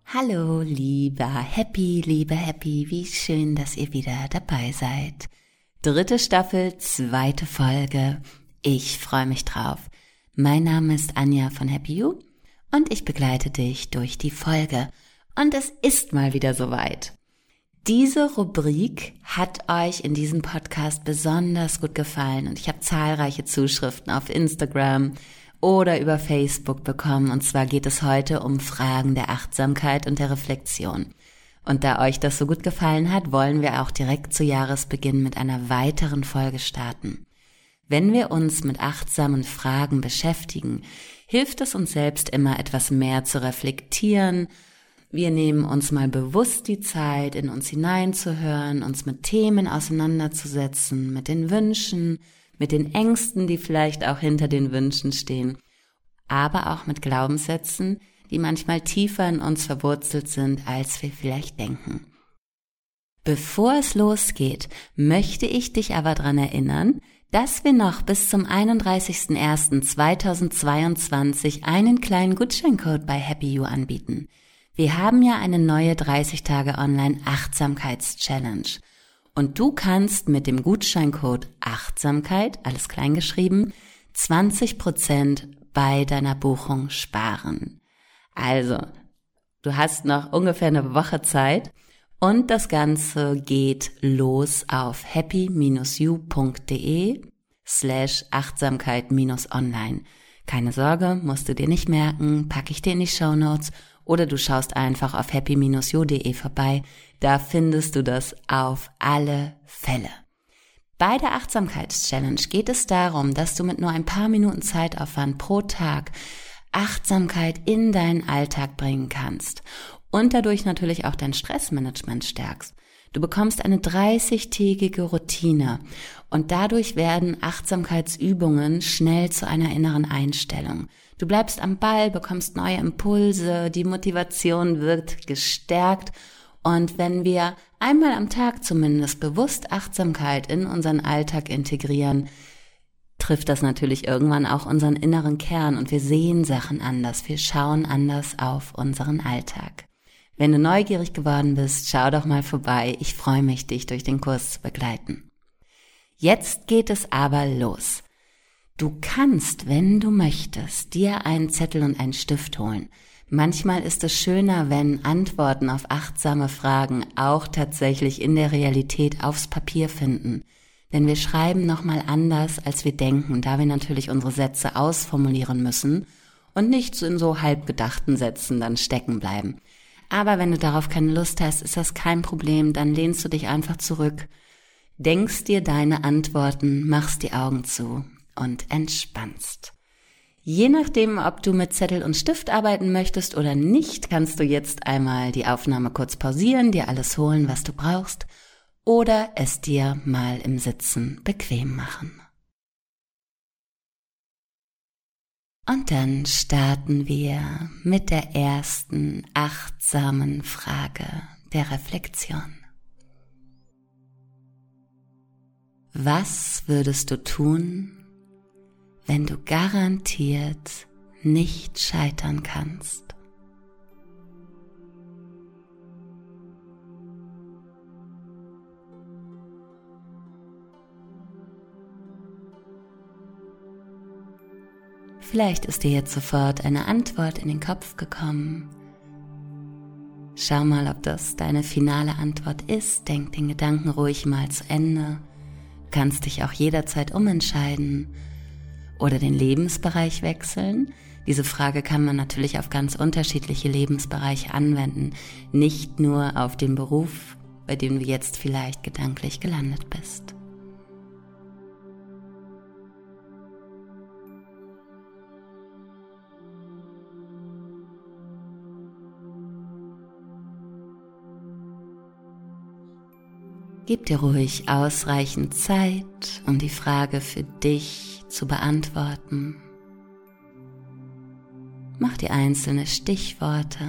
Hallo, lieber Happy, wie schön, dass ihr wieder dabei seid. 3. Staffel, 2. Folge. Ich freue mich drauf. Mein Name ist Anja von Happy You und ich begleite dich durch die Folge. Und es ist mal wieder soweit. Diese Rubrik hat euch in diesem Podcast besonders gut gefallen und ich habe zahlreiche Zuschriften auf Instagram oder über Facebook bekommen, und zwar geht es heute um Fragen der Achtsamkeit und der Reflexion. Und da euch das so gut gefallen hat, wollen wir auch direkt zu Jahresbeginn mit einer weiteren Folge starten. Wenn wir uns mit achtsamen Fragen beschäftigen, hilft es uns selbst immer etwas mehr zu reflektieren. Wir nehmen uns mal bewusst die Zeit, in uns hineinzuhören, uns mit Themen auseinanderzusetzen, mit den Wünschen, mit den Ängsten, die vielleicht auch hinter den Wünschen stehen, aber auch mit Glaubenssätzen, die manchmal tiefer in uns verwurzelt sind, als wir vielleicht denken. Bevor es losgeht, möchte ich dich aber daran erinnern, dass wir noch bis zum 31.01.2022 einen kleinen Gutscheincode bei Happy You anbieten. Wir haben ja eine neue 30-Tage-Online-Achtsamkeits-Challenge. Und du kannst mit dem Gutscheincode Achtsamkeit, alles klein geschrieben, 20% bei deiner Buchung sparen. Also, du hast noch ungefähr eine Woche Zeit und das Ganze geht los auf happy-you.de/Achtsamkeit-online. Keine Sorge, musst du dir nicht merken, packe ich dir in die Shownotes. Oder du schaust einfach auf happy-you.de vorbei, da findest du das auf alle Fälle. Bei der Achtsamkeits-Challenge geht es darum, dass du mit nur ein paar Minuten Zeitaufwand pro Tag Achtsamkeit in deinen Alltag bringen kannst und dadurch natürlich auch dein Stressmanagement stärkst. Du bekommst eine 30-tägige Routine und dadurch werden Achtsamkeitsübungen schnell zu einer inneren Einstellung. Du bleibst am Ball, bekommst neue Impulse, die Motivation wird gestärkt. Und wenn wir einmal am Tag zumindest bewusst Achtsamkeit in unseren Alltag integrieren, trifft das natürlich irgendwann auch unseren inneren Kern und wir sehen Sachen anders, wir schauen anders auf unseren Alltag. Wenn du neugierig geworden bist, schau doch mal vorbei. Ich freue mich, dich durch den Kurs zu begleiten. Jetzt geht es aber los. Du kannst, wenn du möchtest, dir einen Zettel und einen Stift holen. Manchmal ist es schöner, wenn Antworten auf achtsame Fragen auch tatsächlich in der Realität aufs Papier finden. Denn wir schreiben nochmal anders, als wir denken, da wir natürlich unsere Sätze ausformulieren müssen und nicht in so halbgedachten Sätzen dann stecken bleiben. Aber wenn du darauf keine Lust hast, ist das kein Problem, dann lehnst du dich einfach zurück, denkst dir deine Antworten, machst die Augen zu und entspannst. Je nachdem, ob du mit Zettel und Stift arbeiten möchtest oder nicht, kannst du jetzt einmal die Aufnahme kurz pausieren, dir alles holen, was du brauchst, oder es dir mal im Sitzen bequem machen. Und dann starten wir mit der ersten achtsamen Frage der Reflexion. Was würdest du tun, wenn du garantiert nicht scheitern kannst? Vielleicht ist dir jetzt sofort eine Antwort in den Kopf gekommen. Schau mal, ob das deine finale Antwort ist. Denk den Gedanken ruhig mal zu Ende. Du kannst dich auch jederzeit umentscheiden oder den Lebensbereich wechseln. Diese Frage kann man natürlich auf ganz unterschiedliche Lebensbereiche anwenden, nicht nur auf den Beruf, bei dem du jetzt vielleicht gedanklich gelandet bist. Gib dir ruhig ausreichend Zeit, um die Frage für dich zu beantworten. Mach dir einzelne Stichworte.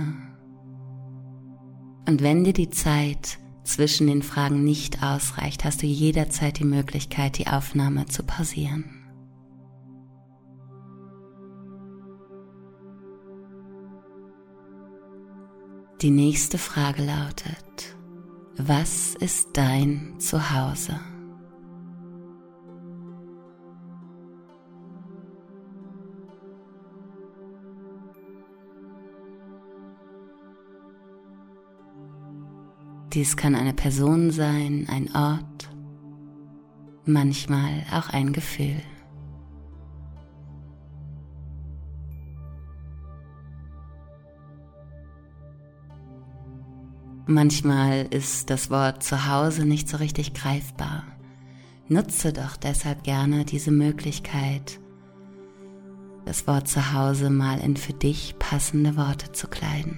Und wenn dir die Zeit zwischen den Fragen nicht ausreicht, hast du jederzeit die Möglichkeit, die Aufnahme zu pausieren. Die nächste Frage lautet: Was ist dein Zuhause? Dies kann eine Person sein, ein Ort, manchmal auch ein Gefühl. Manchmal ist das Wort Zuhause nicht so richtig greifbar. Nutze doch deshalb gerne diese Möglichkeit, das Wort Zuhause mal in für dich passende Worte zu kleiden.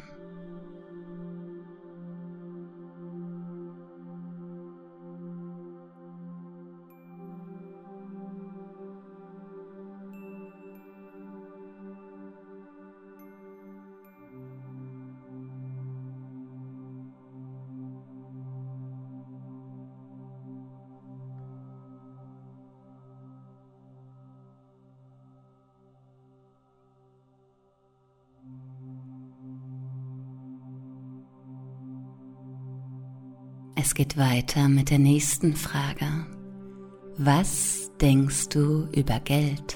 Es geht weiter mit der nächsten Frage. Was denkst du über Geld?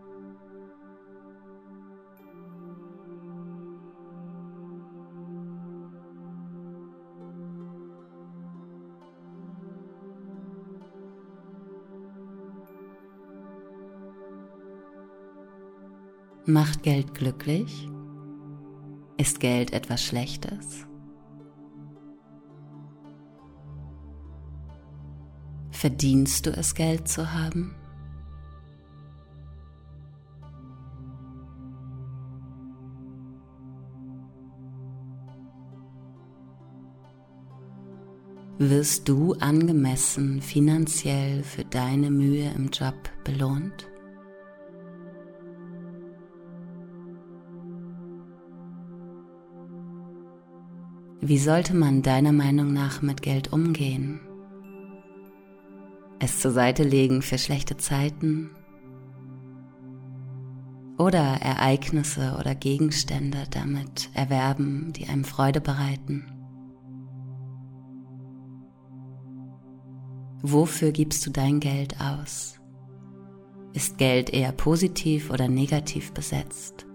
Macht Geld glücklich? Ist Geld etwas Schlechtes? Verdienst du es, Geld zu haben? Wirst du angemessen finanziell für deine Mühe im Job belohnt? Wie sollte man deiner Meinung nach mit Geld umgehen? Es zur Seite legen für schlechte Zeiten oder Ereignisse oder Gegenstände damit erwerben, die einem Freude bereiten? Wofür gibst du dein Geld aus? Ist Geld eher positiv oder negativ besetzt?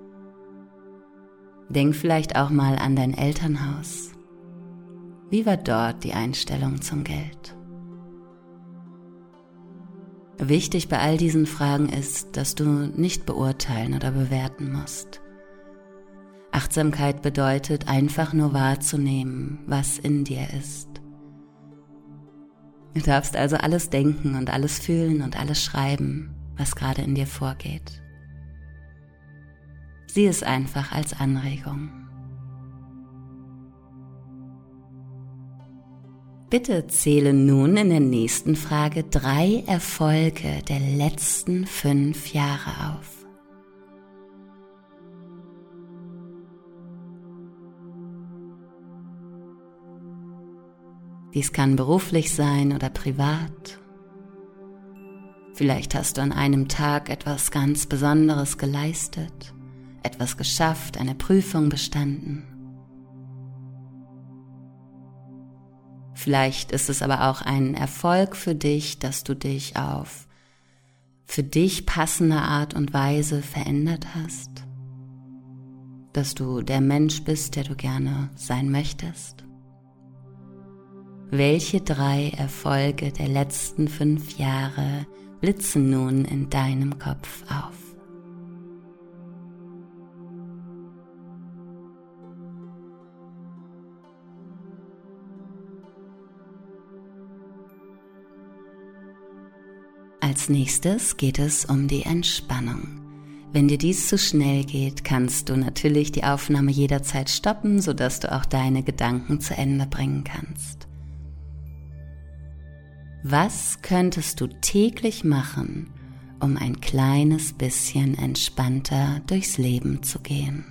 Denk vielleicht auch mal an dein Elternhaus. Wie war dort die Einstellung zum Geld? Wichtig bei all diesen Fragen ist, dass du nicht beurteilen oder bewerten musst. Achtsamkeit bedeutet einfach nur wahrzunehmen, was in dir ist. Du darfst also alles denken und alles fühlen und alles schreiben, was gerade in dir vorgeht. Sieh es einfach als Anregung. Bitte zähle nun in der nächsten Frage 3 Erfolge der letzten 5 Jahre auf. Dies kann beruflich sein oder privat. Vielleicht hast du an einem Tag etwas ganz Besonderes geleistet, etwas geschafft, eine Prüfung bestanden. Vielleicht ist es aber auch ein Erfolg für dich, dass du dich auf für dich passende Art und Weise verändert hast, dass du der Mensch bist, der du gerne sein möchtest. Welche 3 Erfolge der letzten 5 Jahre blitzen nun in deinem Kopf auf? Als nächstes geht es um die Entspannung. Wenn dir dies zu schnell geht, kannst du natürlich die Aufnahme jederzeit stoppen, sodass du auch deine Gedanken zu Ende bringen kannst. Was könntest du täglich machen, um ein kleines bisschen entspannter durchs Leben zu gehen?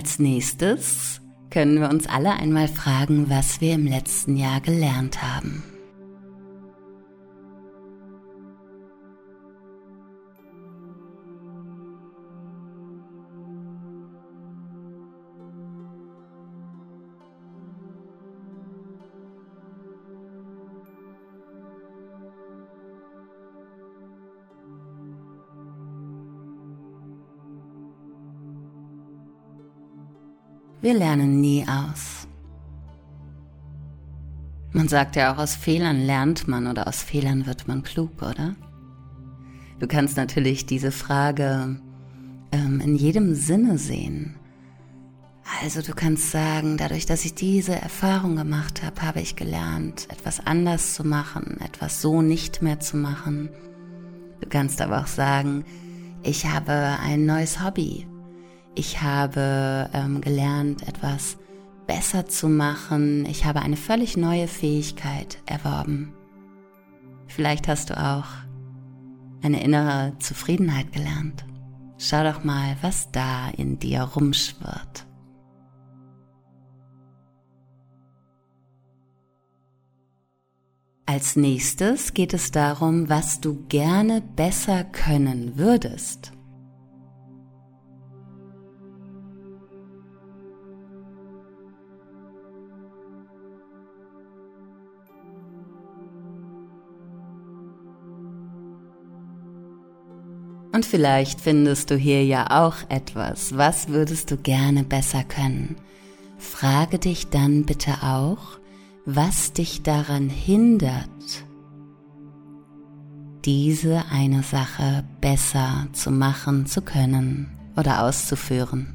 Als nächstes können wir uns alle einmal fragen, was wir im letzten Jahr gelernt haben. Wir lernen nie aus. Man sagt ja auch, aus Fehlern lernt man oder aus Fehlern wird man klug, oder? Du kannst natürlich diese Frage in jedem Sinne sehen. Also du kannst sagen, dadurch, dass ich diese Erfahrung gemacht habe, habe ich gelernt, etwas anders zu machen, etwas so nicht mehr zu machen. Du kannst aber auch sagen, ich habe ein neues Hobby. Ich habe gelernt, etwas besser zu machen. Ich habe eine völlig neue Fähigkeit erworben. Vielleicht hast du auch eine innere Zufriedenheit gelernt. Schau doch mal, was da in dir rumschwirrt. Als nächstes geht es darum, was du gerne besser können würdest. Und vielleicht findest du hier ja auch etwas. Was würdest du gerne besser können? Frage dich dann bitte auch, was dich daran hindert, diese eine Sache besser zu machen, zu können oder auszuführen.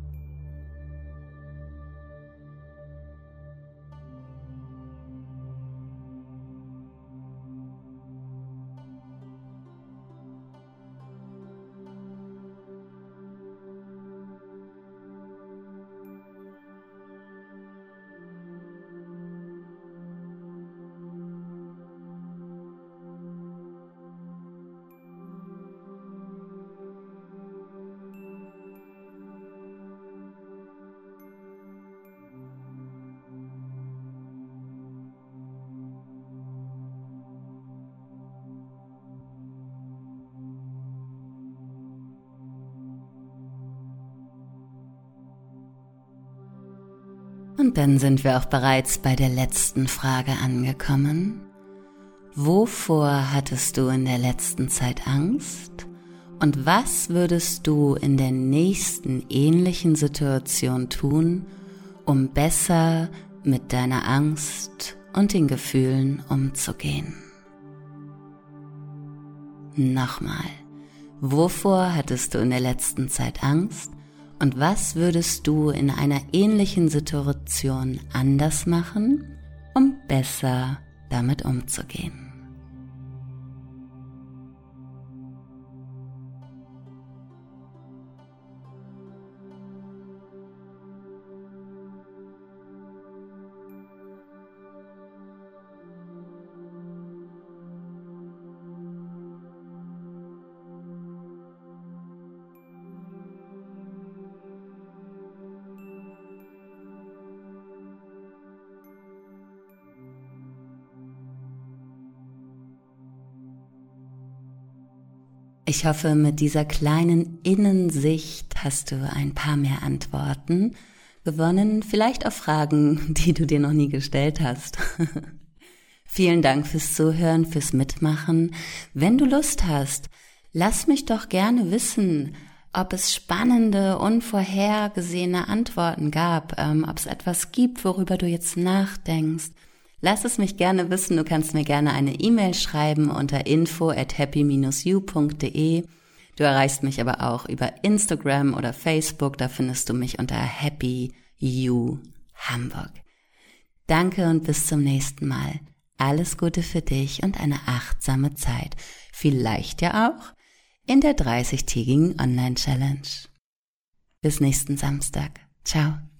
Und dann sind wir auch bereits bei der letzten Frage angekommen. Wovor hattest du in der letzten Zeit Angst? Und was würdest du in der nächsten ähnlichen Situation tun, um besser mit deiner Angst und den Gefühlen umzugehen? Nochmal, wovor hattest du in der letzten Zeit Angst? Und was würdest du in einer ähnlichen Situation anders machen, um besser damit umzugehen? Ich hoffe, mit dieser kleinen Innensicht hast du ein paar mehr Antworten gewonnen, vielleicht auf Fragen, die du dir noch nie gestellt hast. Vielen Dank fürs Zuhören, fürs Mitmachen. Wenn du Lust hast, lass mich doch gerne wissen, ob es spannende, unvorhergesehene Antworten gab, ob es etwas gibt, worüber du jetzt nachdenkst. Lass es mich gerne wissen, du kannst mir gerne eine E-Mail schreiben unter info@happy-you.de. Du erreichst mich aber auch über Instagram oder Facebook, da findest du mich unter Happy You Hamburg. Danke und bis zum nächsten Mal. Alles Gute für dich und eine achtsame Zeit. Vielleicht ja auch in der 30-tägigen Online-Challenge. Bis nächsten Samstag. Ciao.